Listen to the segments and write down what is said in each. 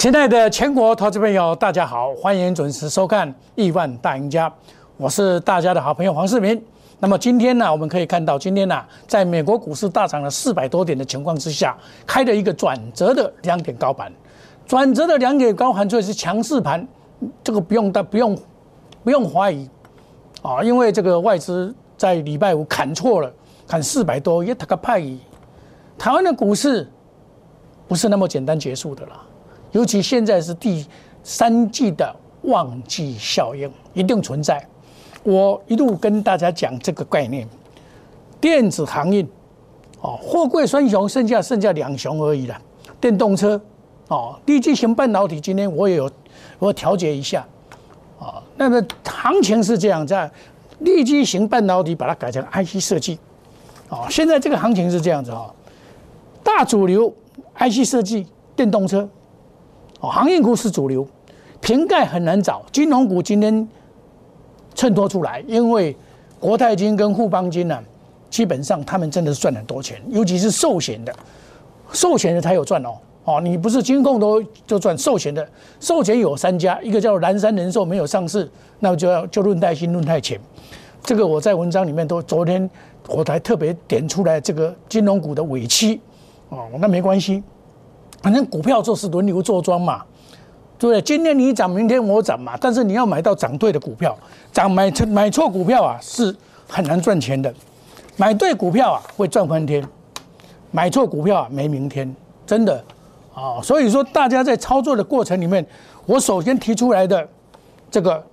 亲爱的全国投资朋友，大家好，欢迎准时收看《亿万大赢家》，我是大家的好朋友黄世明。那么今天呢，我们可以看到，今天呢，在美国股市大涨了400多点的情况之下，开了一个转折的2点高盘，转折的2点高盘，所以是强势盘，这个不用怀疑啊，因为这个外资在礼拜五砍错了，砍400多，也他个派意。台湾的股市不是那么简单结束的啦。尤其现在是第3季的旺季效应一定存在，我一路跟大家讲这个概念。电子航运，货柜三雄剩下2雄而已了。电动车，低基型半导体今天我调节一下，那么行情是这样，在利基型半导体把它改成 IC 设计，现在这个行情是这样子大主流 IC 设计、电动车。航运股是主流，瓶盖很难找，金融股今天衬托出来，因为国泰金跟富邦金基本上他们真的是赚很多钱，尤其是寿险的才有赚你不是金控就赚寿险的，寿险有3家，一个叫南山人寿没有上市，那就润泰新、润泰前，这个我在文章里面昨天我才特别点出来这个金融股的尾期那没关系。反正股票就是轮流坐庄嘛，对不对？今天你涨，明天我涨嘛。但是你要买到涨对的股票，买错股票是很难赚钱的。买对股票会赚翻天，买错股票没明天，真的所以说大家在操作的过程里面，我首先提出来的这个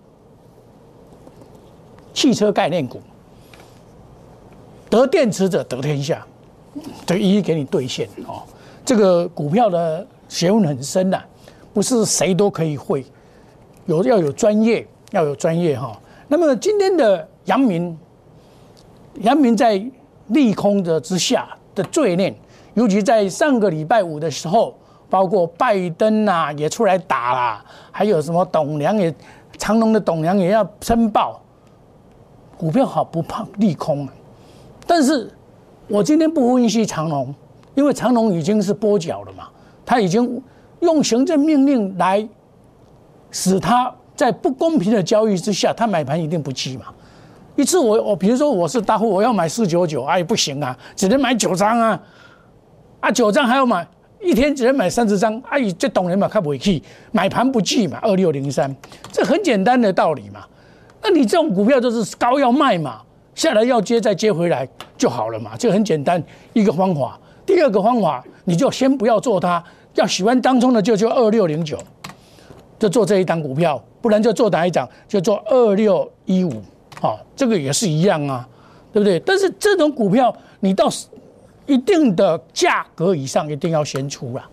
汽车概念股，得电池者得天下，这一一给你兑现这个股票的学问很深不是谁都可以会，要有专业，那么今天的阳明在利空的之下的罪孽，尤其在上个礼拜五的时候，包括拜登也出来打啦，还有什么长荣的董娘也要申报，股票好不怕利空但是我今天不分析长荣。因为长荣已经是跛脚了嘛，他已经用行政命令来使他在不公平的交易之下，他买盘一定不济嘛。一次比如说我是大户，我要买499，也不行只能买9张9张还要买，一天只能买30张这懂人嘛，看不起，买盘不济嘛，2603，这很简单的道理嘛。那你这种股票就是高要卖嘛，下来要接再接回来就好了嘛，这很简单一个方法。第二个方法，你就先不要做它，要喜欢当冲的就2609，就做这一档股票，不然就做哪一档，就做2615，这个也是一样对不对？但是这种股票，你到一定的价格以上，一定要先出了，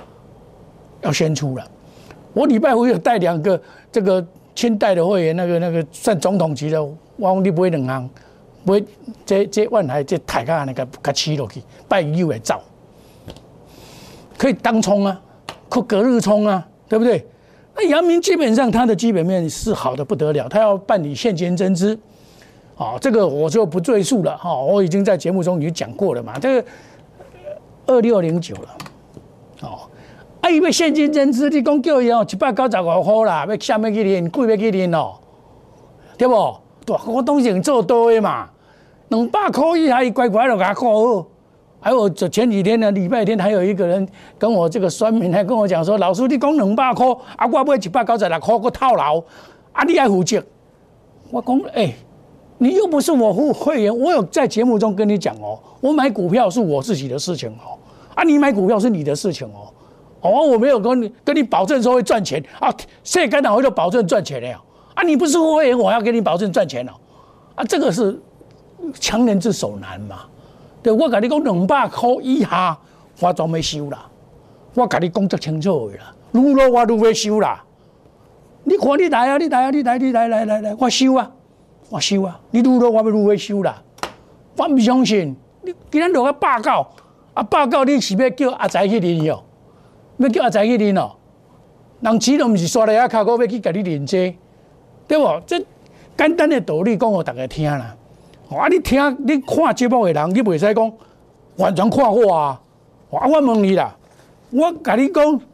我礼拜五有带2个这个清代的会员，那个算总统级的，我讲你买2行。买这万海这抬价那个给起落去，拜6会走，可以当冲可隔日冲对不对？那阳明基本上它的基本面是好的不得了，它要办理现金增资，这个我就不赘述了我已经在节目中已经讲过了嘛，这个2609了，伊要现金增资，你讲叫伊195块啦，要下面去领，贵要去领对不？我当然做多的嘛。200块以下，乖乖就给他扣好。还有前几天呢，礼拜天还有一个人跟我这个酸民还跟我讲说：“老师，你讲200块，我买196块，我套牢，你还负责？”我讲，你又不是我会员，我有在节目中跟你讲我买股票是我自己的事情你买股票是你的事情我没有跟你保证说会赚钱谁干哪会就保证赚钱了你不是会员，我要给你保证赚钱这个是。强人之手难嘛？对，我跟你讲200块以下，我专要收啦。我跟你讲足清楚的啦，愈落我愈要收啦。你看你来，我收你愈落我愈要收啦。我不相信，你今天落个190，190你是要叫阿仔去领要叫阿仔去领人钱都不是刷来卡，我要去给你领这，对不？这简单的道理讲给大家听啦。你听，你看节目的人，你袂使讲完全看我我问你啦，我跟你讲，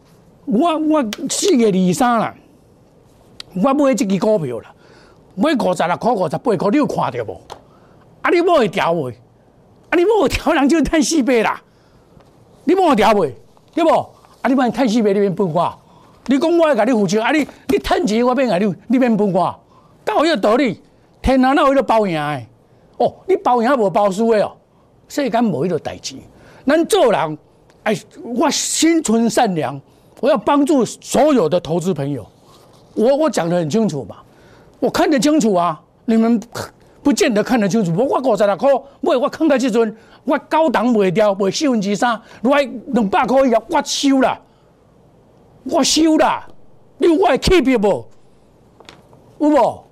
我4月23啦，我买这支股票啦，买56块、58块，你有看到无？啊，你买会调未？啊，你买会调，人就是趁4倍啦。你买会调未？对无？啊，你莫趁4倍，你免分我。你讲我要甲你负责，啊你趁钱我免甲你免分我，敢有迄个道理？天哪，哪有迄个包赢的？哦，你包赢无包输的哦？世间无迄个代志。咱做人，哎，我心存善良，我要帮助所有的投资朋友。我讲得很清楚嘛，我看得清楚啊，你们不见得看得清楚。我56块买，我看到这阵，我高档卖掉，卖3%，来200块以后，我收啦。我收啦，你有我的气魄无？有无？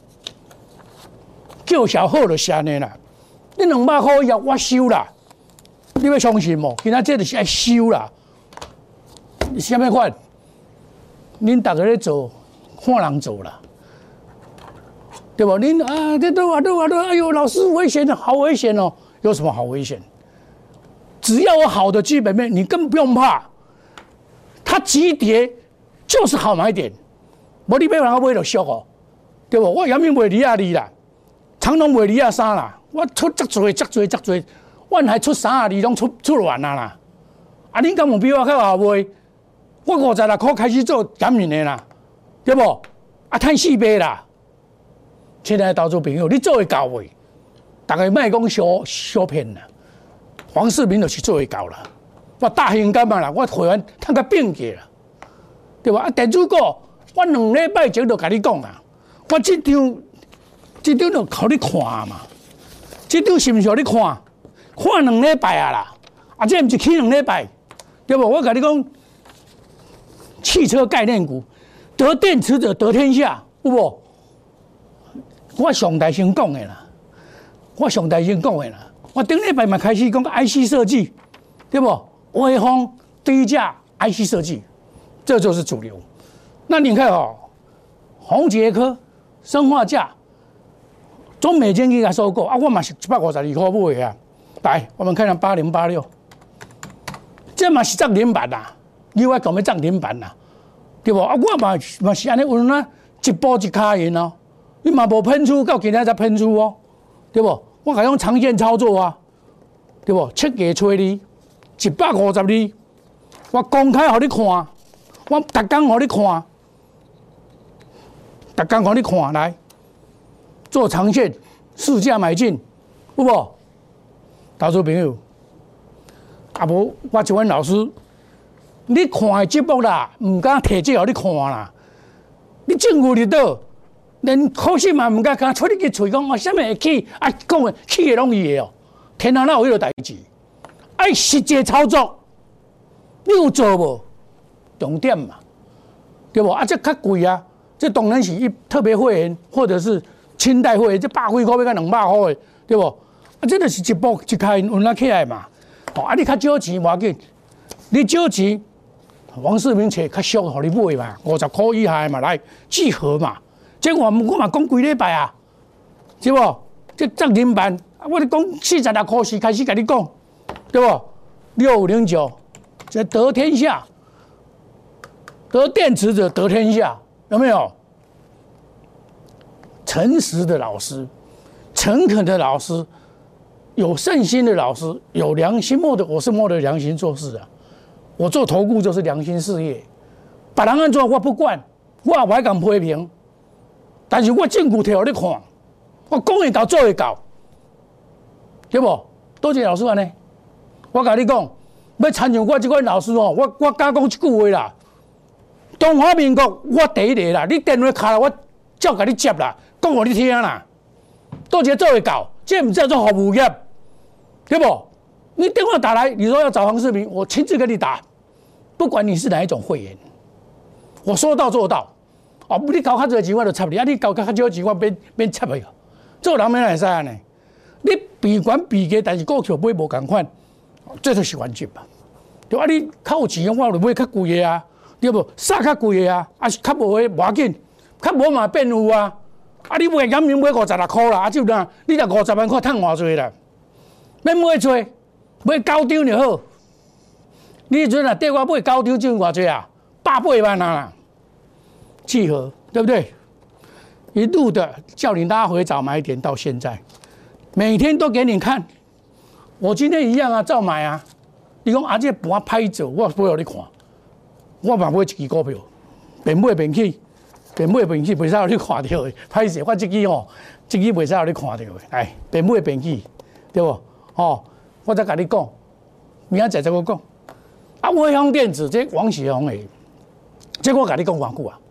叫小好就是安尼啦。你200块以后我收啦，你要相信无？今仔这就是爱收啦。什么款？恁大家咧做，看人做啦，对不？恁啊，这都哎呦，老师危险的，好危险哦！有什么好危险？只要有好的基本面，你根本不用怕。它急跌就是好买点，无你买人买就俗哦，对不？我阳明卖2啦，长隆卖2.3啦，我出足多，我还出32，拢出完啦。啊，恁敢有比我较好卖？我56块开始做阳明的啦，对不？啊，趁4倍啦。亲爱的投资朋友，你做会到未？大家莫讲小骗啦，黄世明就是做会到啦。我大兴干嘛啦？我会员趁个变价啦，对吧？啊，电子股我2礼拜前就甲你讲啊，我这张就靠你看嘛，这张是毋是互你看2礼拜啊啦？啊，这毋是起2礼拜，对不？我甲你讲，汽车概念股得电池者得天下，有无？我上台先讲的啦，我顶礼拜嘛开始讲 IC 设计，对不？微风低价 IC 设计，这就是主流。那你看哦，宏捷科、生化价、中美金去甲收购啊，我嘛是152块买的啊。来，我们看看8086，这嘛是涨停板啦，另外讲要涨停板啦，对不？啊，我嘛是安尼有哪一步一卡赢哦，你嘛无喷出，到今天才喷出哦，对不？我甲用长线操作啊，对不？7月初2。152，我公开给你看，我逐天给你看，来做长线市价买进，有无？投资朋友，啊无我一位老师，你看的节目啦，唔敢摕这给你看啦，你证据伫倒，连口信嘛唔敢出你个嘴讲，我啥物会起？啊，讲的起的拢伊的哦，天哪，哪有迄个代志？爱实际操作，你有做无？重点嘛，对不？啊，这较贵啊，这当然是特别会员或者是清代会员，这100几块要到200块的，对不？啊，这就是一步一开运哪起来嘛？哦，啊，你较少钱无要紧，你少钱，王世明找较俗，互你买嘛，50块以下嘛，来聚合嘛。这我嘛讲几礼拜啊，是不？这涨停板，我咧讲46块时开始甲你讲。对不？6509，这得天下，得电池者得天下，有没有？诚实的老师，诚恳的老师，有善心的老师，有良心我是摸着良心做事啊。我做投顾就是良心事业，别人安怎我不管，我也不敢批评，但是我证据摕互你看，我讲会到做会到，对不？多谢老师安尼。我甲你讲，要参像我这款老师哦，我敢讲一句话啦。中华民国我第一个啦，你电话卡啦，我照甲你接啦，讲互你听啦。多一个做会到，这唔叫做服务业，对不？你电话打来，你说要找黄世明，我亲自给你打，不管你是哪一种会员，我说到做到。哦，你交较多钱我就插你，啊，你交较少钱我免插你。做人免会使安尼，你闭关闭价，但是股票买无共款。这就是原则嘛，对啊！你较有钱，我就买较贵的啊，对不？杀较贵的啊，啊是较无的无要紧，较无嘛变有啊。啊，你买阳明买56块啦，啊就那，你若50万块赚偌济啦？免买多，买9张就好。你迄阵啊，缀我买9张赚偌济啊？ 180万啦，契合对不对？一路的叫你拉回早买点，到现在每天都给你看。我今天一样啊，照买啊。你讲啊，这盘歹做，我不让你看。我嘛买一支股票，便买便起，袂使让你看到的。歹势，我这支吼，这支袂使让你看到的。哎，便买便起，对不？哦，我再跟你讲，明仔载再我讲。啊，威phong电子这王雪红的，这我跟你讲偌久啊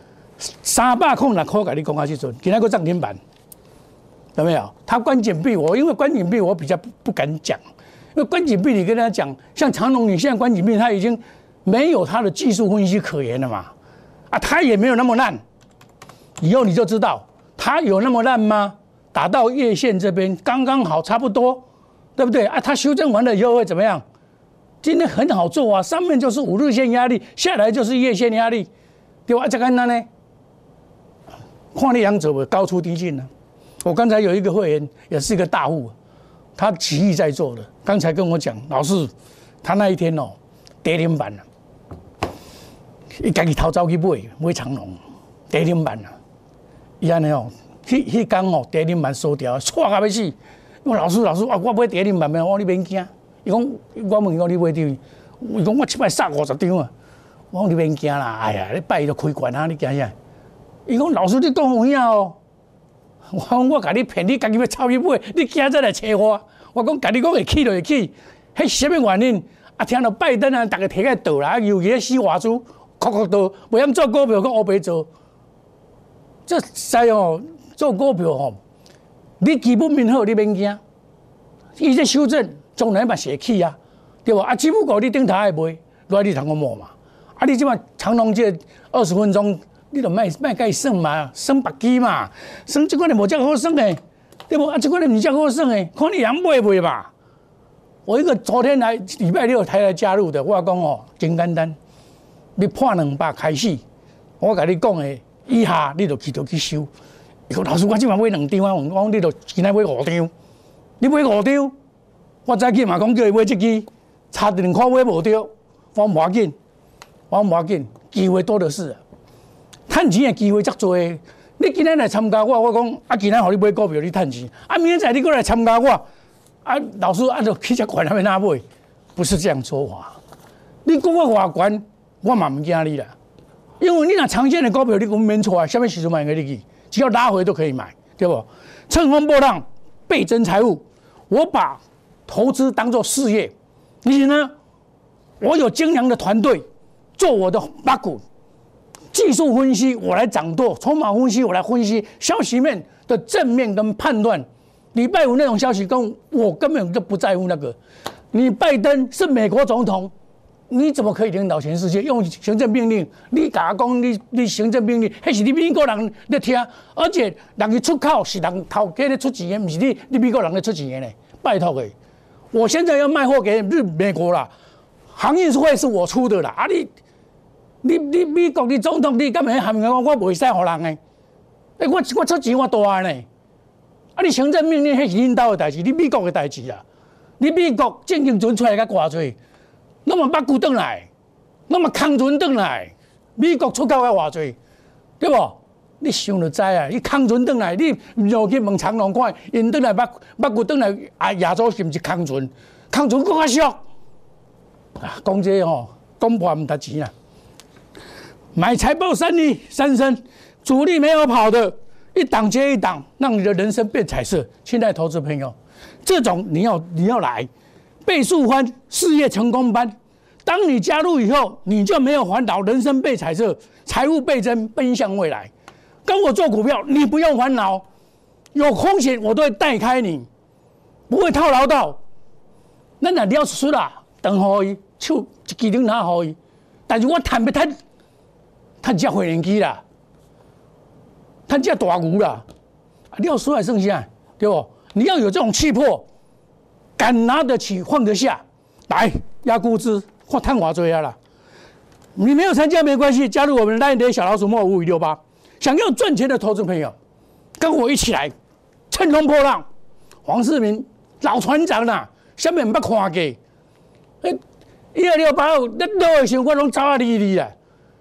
，306块跟你讲啊，这阵今仔个涨停板，有没有？它关紧闭我，因为关紧闭我比较不敢讲，因为关紧闭你跟他讲，像长荣，你现在关紧闭，它已经没有它的技术分析可言了嘛，啊，它也没有那么烂，以后你就知道它有那么烂吗？打到月线这边刚刚好，差不多，对不对啊？它修正完了以后会怎么样？今天很好做啊，上面就是5日线压力，下来就是月线压力，对吧？这简单呢，看你想走的高出低进呢。我刚才有一个会员，也是一个大户，他起义在做的，刚才跟我讲，老师，他那一天哦，跌停板了，伊家己偷走去买长荣，跌停板了，伊安尼哦，迄天哦，跌停板收掉，错到要死。我老师啊，我买跌停板没？我你免惊。伊讲，我问伊讲你买张，伊讲我即摆杀50张啊！我讲你免惊啦，哎呀，你拜就开悬啊，你惊啥？伊讲老师你讲有影哦，我讲我甲你骗，你家己要抄去买，你惊再来找我。我讲甲你讲会起就会起，迄什么原因？啊，听到拜登啊，逐个摕个倒啦，尤其死活猪，哭倒，袂晓做股票，讲乌白做。这使哦，做股票吼，你基本面好，你免惊。伊这修正。将来嘛是会起啊，对吧？啊，只不过你顶头爱卖，来你通我摸嘛。啊，你即马长隆这20分钟，你著卖甲伊算嘛，算别支嘛，算即款的无遮好算的，对不？啊，即款的毋遮好算的，看你人买袂吧。我一个昨天来礼拜6才来加入的，我讲哦，真简单，你破200开始，我甲你讲的以下你就去收。伊讲老师，我即马买2张啊，我讲你著今仔买5张，你买5张。我早起嘛讲叫伊买一支，差2块买无着，我无要紧，机会多的是，趁钱的机会足多。你今天来参加我讲啊，今天互你买股票，你趁钱，啊，明仔载你过来参加我，啊，老师按照起只款那边哪买，不是这样说法。你讲我偌悬，我嘛唔惊你啦，因为你若长线的股票，你根免错啊，什么时阵买给你去，只要拉回都可以买，对不？乘风破浪，倍增财富，我把投资当作事业，你呢？我有精良的团队做我的八股，技术分析我来掌舵，筹码分析我来分析消息面的正面跟判断。礼拜5那种消息跟我根本就不在乎那个。你拜登是美国总统，你怎么可以领导全世界？用行政命令，你甲我讲你行政命令，那是你美国人在听，而且人家出口是人头家在出钱的，不是你美国人在出钱的呢，拜托的。我现在要卖货给美国啦，航运会是我出的啦。啊你美国的总统，你敢会喊我袂使互人的？我出钱我大呢。啊，你行政命令迄是恁兜的代志，你美国的代志啦。你美国正经船出来甲偌济，那么北股转来，那么空船转来，美国出口甲偌济，对不？你想就知啊！你空船转来，你又去问长隆看，因转来北股转来啊，亚洲是毋是空船？空船更较俗啊！讲这吼，讲破唔值钱啊！买财报3利3升，主力没有跑的，一档接一档，让你的人生变彩色。亲爱的投资朋友，这种你要来倍数翻事业成功班。当你加入以后，你就没有烦恼，人生倍彩色，财富倍增，奔向未来。跟我做股票，你不用烦恼，有风险我都会带开你，不会套牢到。咱若了出啦，等互伊手一支两拿互伊，但是我赚要赚只会员机啦，赚只大牛啦，了出来剩下对不？你要有这种气魄，敢拿得起放得下，来压估值，看赚偌多啊啦！你没有参加没关系，加入我们LINE的小老鼠莫5568。想要赚钱的投资朋友，跟我一起来乘风破浪。黄世明老船长啦，啥物唔捌看过？1268号，你落的时候我拢走啊哩啦。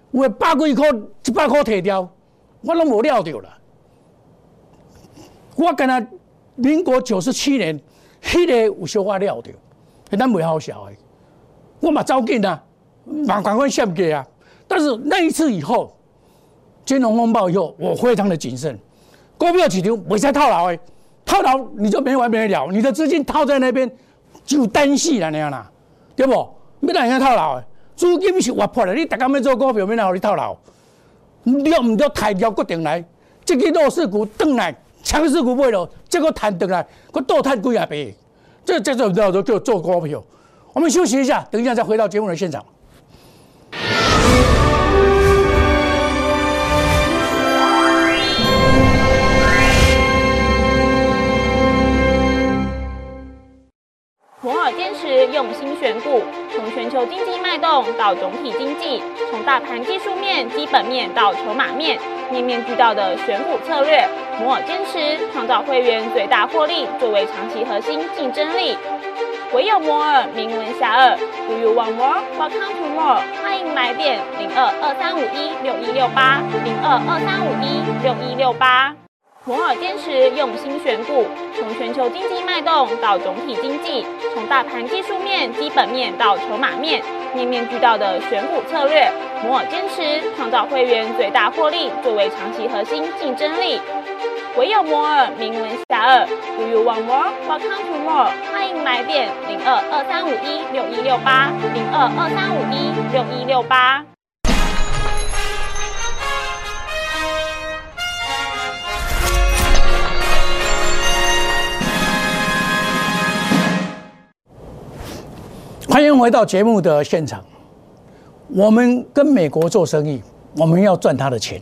有诶100几块、100块摕掉，我拢无料到啦。我敢若民国97年，迄个有小可料到，咱袂好笑诶。我嘛走紧啊，嘛赶快闪过啊。但是那一次以后，金融风暴以后，我非常的谨慎，股票市场袂使套牢诶，套牢你就没完没了，你的资金套在那边就单死啦那样啦，对不？要让人家套牢诶，资金是活泼的，你逐工要做股票，免让你套牢。了唔了，抬调决定来，这个弱势股转来，强势股买了，这个弹转来，佮倒赚几啊倍，这种叫做股票。我们休息一下，等一下再回到节目的现场。 摩尔坚持用心选股，从全球经济脉动到总体经济，从大盘技术面、基本面到筹码面，面面俱到的选股策略。摩尔坚持创造会员最大获利作为长期核心竞争力。唯有摩尔名闻遐迩。Do you want more? Welcome to more。欢迎来电02-2351-6168，02-2351-6168。摩尔坚持用心选股，从全球经济脉动到总体经济，从大盘技术面、基本面到筹码面，面面俱到的选股策略。摩尔坚持创造会员最大获利作为长期核心竞争力。唯有摩尔名闻遐迩。Do you want more? Welcome to more。欢迎来电02-2351-6168，02-2351-6168。 欢迎回到节目的现场。我们跟美国做生意，我们要赚他的钱，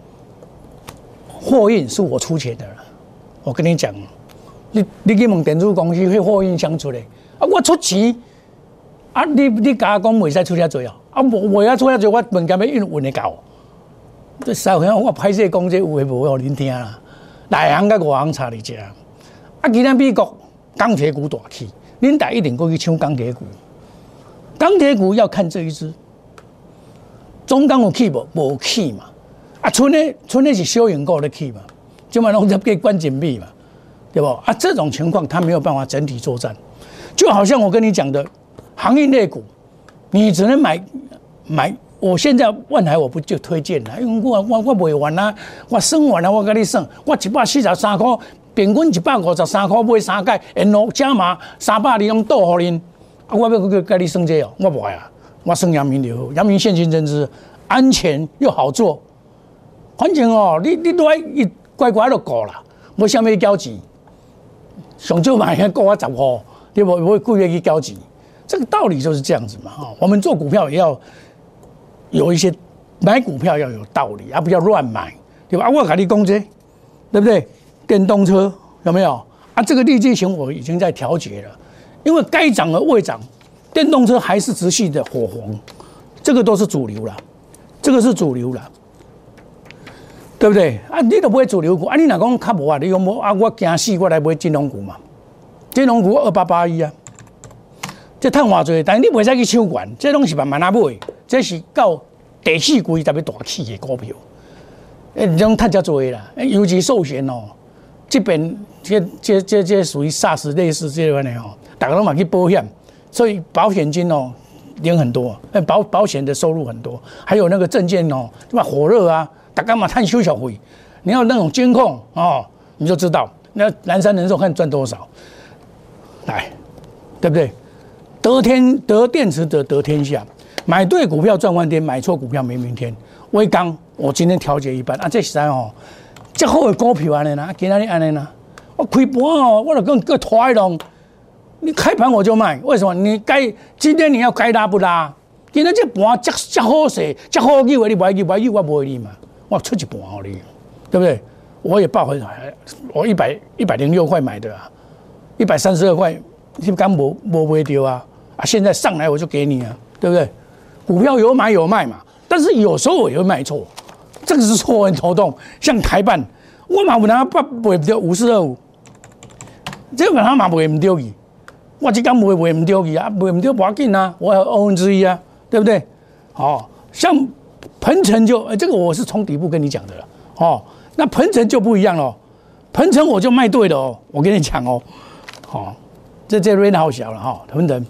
货运是我出钱的了。我跟你讲，你去问电子公司，迄货运谁出的？啊，我出钱。啊，你甲我讲袂使出遐济哦。啊，袂使出遐济，我物件要运得到。这三回我歹势讲这有诶无互恁听啦。内行甲外行差伫遮。啊，今仔美国钢铁股大起，恁大一定过去抢钢铁股。钢铁股要看这一支，中钢有起无？无起嘛。啊，剩的是小型股咧起嘛，即嘛拢在给关紧闭嘛，对不？啊，这种情况它没有办法整体作战，就好像我跟你讲的航运类股，你只能买。我现在万海我不就推荐了，因为我卖完啊，我算完了，我跟你算，我143块，平均153块买3届，然后加码320拢倒互恁。啊，我要跟你算这哦，我不爱啊，我算阳明就好，阳明现金增资，安全又好做。反正哦，你来一乖乖就顾啦，无啥物交钱，上少买顾我10块，对不？不故意去交钱，这个道理就是这样子嘛。哈，我们做股票也要有一些买股票要有道理，而不要乱买，对吧？啊，我跟你讲这，对不对？电动车有没有？啊，这个利基型我已经在调节了。因为该涨而未涨，电动车还是持续的火红，这个都是主流啦，这个是主流啦，对不对？啊，你都买主流股，啊，你若讲较无啊，你讲无啊，我惊死，我来买金融股嘛，金融股2881啊，这赚偌济，但是你袂使去抢管，这拢是慢慢啊买，这是到第4季才要大起的股票，这种赚较济啦，尤其寿险哦，这边这属于 SARS 类似这款的哦。大家都买去保险，所以保险金哦领很多，保险的收入很多，还有那个证件哦，对吧？火热啊，大家嘛探修小费，你要那种监控哦，你就知道那南山人寿看赚多少，来，对不对？得电池得天下，买对股票赚翻天，买错股票没明天。威刚，我今天调节一半啊，这实在哦，这好的股票安尼啦，今仔日安尼啦，我开盘哦，我就跟拖动。你开盘我就卖，为什么？今天你要该拉不拉？今天这盘这好势，这好机会，你买我不你嘛，我出一盘给你，对不对？我也报回来，我106块买的啊，132块，你敢没卖掉啊？啊，现在上来我就给你啊，对不对？股票有买有卖嘛，但是有时候我也会卖错，这个是错人头痛。像台办，我嘛有拿卖不掉5425，这个他嘛卖唔掉去。我这敢卖唔掉去啊，卖唔掉不要紧啊，我有1/2啊，对不对？好、像鹏程就这个我是从底部跟你讲的了哦。那鹏程就不一样了，鹏程我就卖对了哦，我跟你讲哦，好，这 range 好小了哈，鹏程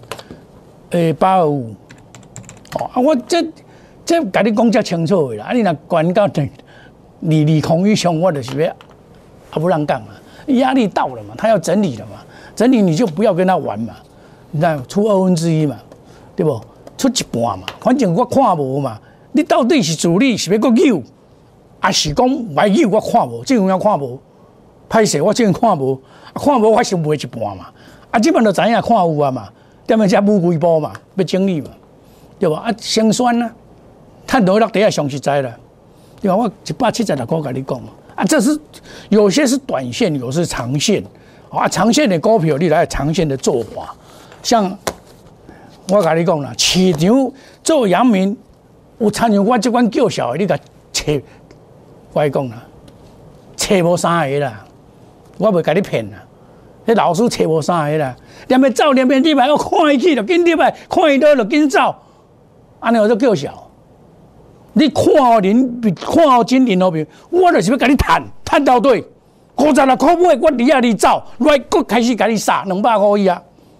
825，哦啊我这跟你讲这清楚的啦，啊你若管到你空以上，我就是要不让杠嘛，压力到了嘛，他要整理了嘛，整理你就不要跟他玩嘛，你看出1/2嘛，对不？出一半嘛，反正我看无嘛，你到底是主力是要搁扭，还是讲歪扭我看无，这样要看无，歹势我这样看无，看无我先卖一半嘛，啊这边就知影看有啊嘛，踮咧遮舞规波嘛，要整理嘛，对吧？啊生酸啊，趁落底下上实在啦。对吧？我176块跟你讲啊，这是有些是短线，有些是长线啊。长线的股票你来长线的做法，像我跟你讲啦，市场做阳明有参像我这款叫小的，你甲找，我跟你讲啦，找无三个啦，我袂甲你骗啦。迄老师找无三个啦，连要走连要入来，我看伊去就紧入来，看伊倒就紧走，安尼我就叫小。你看好金银股票，我就是要甲你赚到对，56块买，我离啊你走，来搁开始甲你杀200块以啊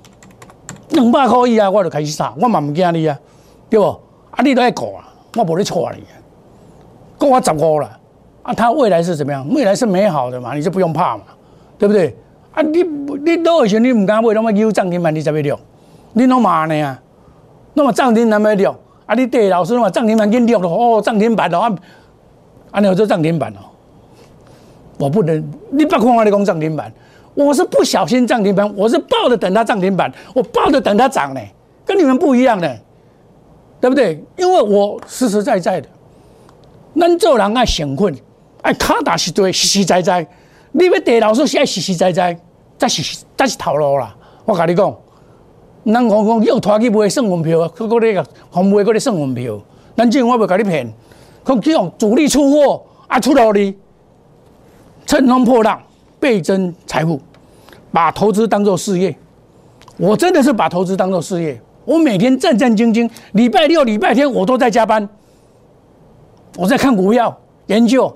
，200块以啊，我就开始杀，我嘛唔惊你啊，对不？啊，你都爱顾啊，我无咧错你，顾我15啦，啊，它未来是怎么样？未来是美好的嘛，你就不用怕嘛，对不对？啊，你倒的时候你唔敢买，拢要揪涨停板，你才要了，你拢骂呢啊，那么涨停板要了。啊！你对老师嘛，涨停板跟跌了哦，涨停板哦，啊，你有这涨停板哦，我不能，你别看我你讲涨停板，我是不小心涨停板，我是抱着等它涨停板，我抱着等它涨呢，跟你们不一样呢，对不对？因为我实实在在的，咱做人爱诚恳，爱卡打实对，实实在在，你要对老师是爱实实在在，才是头路啦，我跟你讲。咱讲又拖去买算运票，搁咧个红买搁咧算运票，咱这我袂甲你骗，佮叫主力出货啊出落哩，乘风破浪，倍增财富，把投资当作事业。我真的是把投资当作事业，我每天战战兢兢，礼拜六、礼拜天我都在加班，我在看股票研究，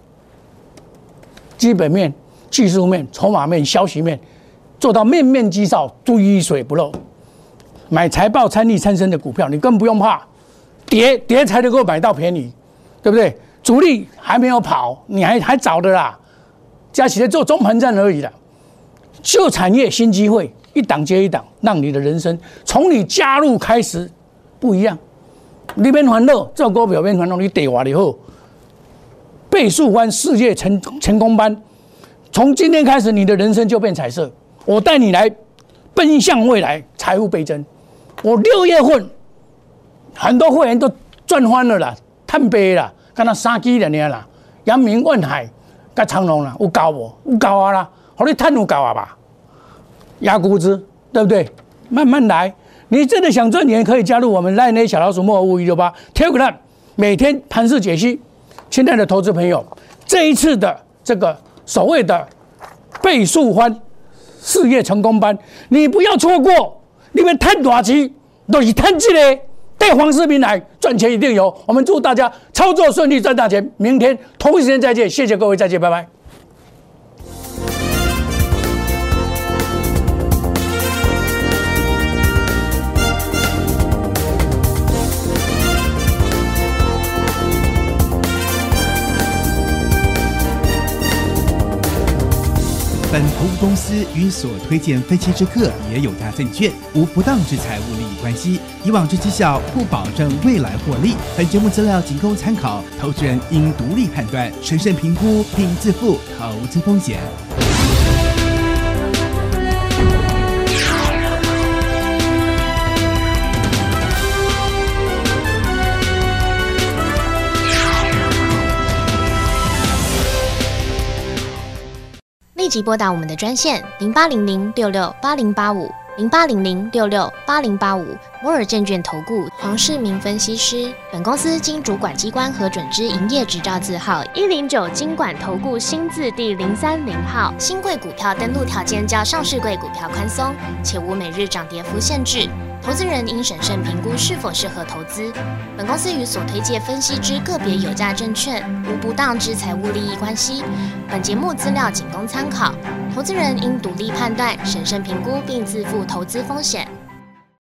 基本面、技术面、筹码面、消息面，做到面面俱到，滴水不漏。买财报参利参升的股票，你更不用怕，跌才能够买到便宜，对不对？主力还没有跑，你还早的啦，加起来做中盘战而已啦。旧产业新机会，一档接一档，让你的人生从你加入开始不一样。你免烦恼，做股票免烦恼，你地话就好。倍数湾世界成功班，从今天开始，你的人生就变彩色。我带你来奔向未来，财富倍增。我6月份很多会员都赚翻了啦，赚倍啦，敢若3支尔啦，阳明、万海、甲长荣啦，有够无？有够啊啦，互你赚有够啊吧？压估值，对不对？慢慢来，你真的想赚钱，可以加入我们LINE小老鼠莫5168 Telegram， 每天盘势解析。亲爱的投资朋友，这一次的这个所谓的倍数翻事业成功班，你不要错过。你们赚大钱，都是赚这个，带黄世明来赚钱一定有。我们祝大家操作顺利，赚大钱。明天同一时间再见，谢谢各位，再见，拜拜。 本投资公司与所推荐分期之客也有大证券，无不当之财务利益关系。以往之绩效不保证未来获利。本节目资料仅供参考，投资人应独立判断、审慎评估并自负投资风险。 立即拨打我们的专线08006680850800668085摩尔证券投顾黄世明分析师。本公司经主管机关核准之营业执照字号109金管投顾新字第030号。新贵股票登录条件较上市贵股票宽松，且无每日涨跌幅限制。 投资人应审慎评估是否适合投资。本公司与所推介分析之个别有价证券无不当之财务利益关系。本节目资料仅供参考，投资人应独立判断、审慎评估并自负投资风险。